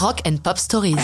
Rock and Pop Stories.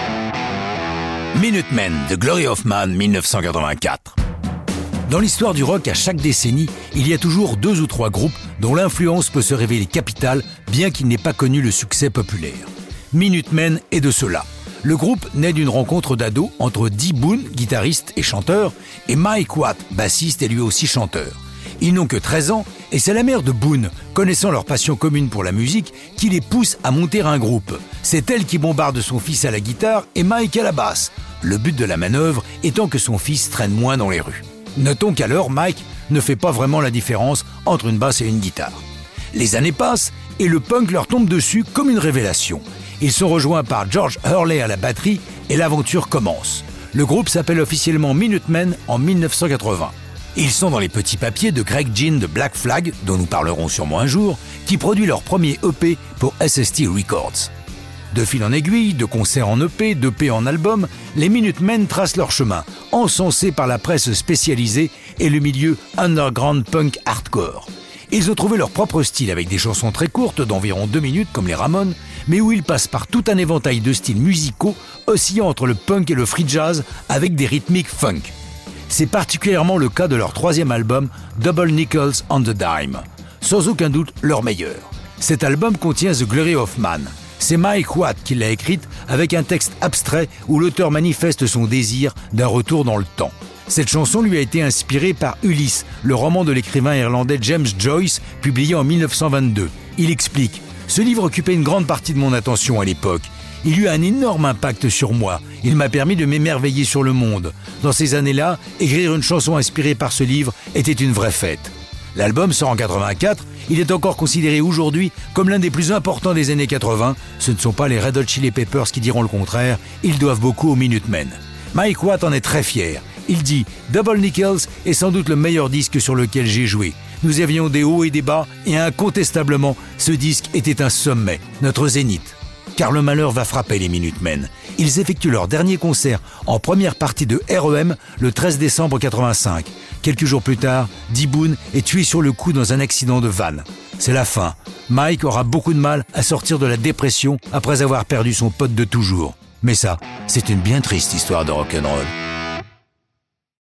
Minutemen, The Glory of Man, 1984. Dans l'histoire du rock, à chaque décennie, il y a toujours 2 ou 3 groupes dont l'influence peut se révéler capitale, bien qu'ils n'aient pas connu le succès populaire. Minutemen est de ceux-là. Le groupe naît d'une rencontre d'ados entre Dee Boon, guitariste et chanteur, et Mike Watt, bassiste et lui aussi chanteur. Ils n'ont que 13 ans, et c'est la mère de Boon, connaissant leur passion commune pour la musique, qui les pousse à monter un groupe. C'est elle qui bombarde son fils à la guitare et Mike à la basse, le but de la manœuvre étant que son fils traîne moins dans les rues. Notons qu'alors, Mike ne fait pas vraiment la différence entre une basse et une guitare. Les années passent, et le punk leur tombe dessus comme une révélation. Ils sont rejoints par George Hurley à la batterie, et l'aventure commence. Le groupe s'appelle officiellement Minutemen en 1980. Ils sont dans les petits papiers de Greg Ginn de Black Flag, dont nous parlerons sûrement un jour, qui produit leur premier EP pour SST Records. De fil en aiguille, de concert en EP, d'EP en album, les Minutemen tracent leur chemin, encensés par la presse spécialisée et le milieu underground punk hardcore. Ils ont trouvé leur propre style avec des chansons très courtes d'environ 2 minutes comme les Ramones, mais où ils passent par tout un éventail de styles musicaux oscillant entre le punk et le free jazz avec des rythmiques funk. C'est particulièrement le cas de leur 3e album, Double Nickels on the Dime. Sans aucun doute leur meilleur. Cet album contient The Glory of Man. C'est Mike Watt qui l'a écrite avec un texte abstrait où l'auteur manifeste son désir d'un retour dans le temps. Cette chanson lui a été inspirée par Ulysse, le roman de l'écrivain irlandais James Joyce, publié en 1922. Il explique « Ce livre occupait une grande partie de mon attention à l'époque. Il eut un énorme impact sur moi. Il m'a permis de m'émerveiller sur le monde. Dans ces années-là, écrire une chanson inspirée par ce livre était une vraie fête. » L'album sort en 84, il est encore considéré aujourd'hui comme l'un des plus importants des années 80. Ce ne sont pas les Red Hot Chili Peppers qui diront le contraire, ils doivent beaucoup aux Minutemen. Mike Watt en est très fier. Il dit « Double Nickels est sans doute le meilleur disque sur lequel j'ai joué. Nous avions des hauts et des bas et incontestablement, ce disque était un sommet, notre zénith. » Car le malheur va frapper les Minutemen. Ils effectuent leur dernier concert en première partie de REM le 13 décembre 85. Quelques jours plus tard, Dee Boon est tué sur le coup dans un accident de van. C'est la fin. Mike aura beaucoup de mal à sortir de la dépression après avoir perdu son pote de toujours. Mais ça, c'est une bien triste histoire de rock'n'roll.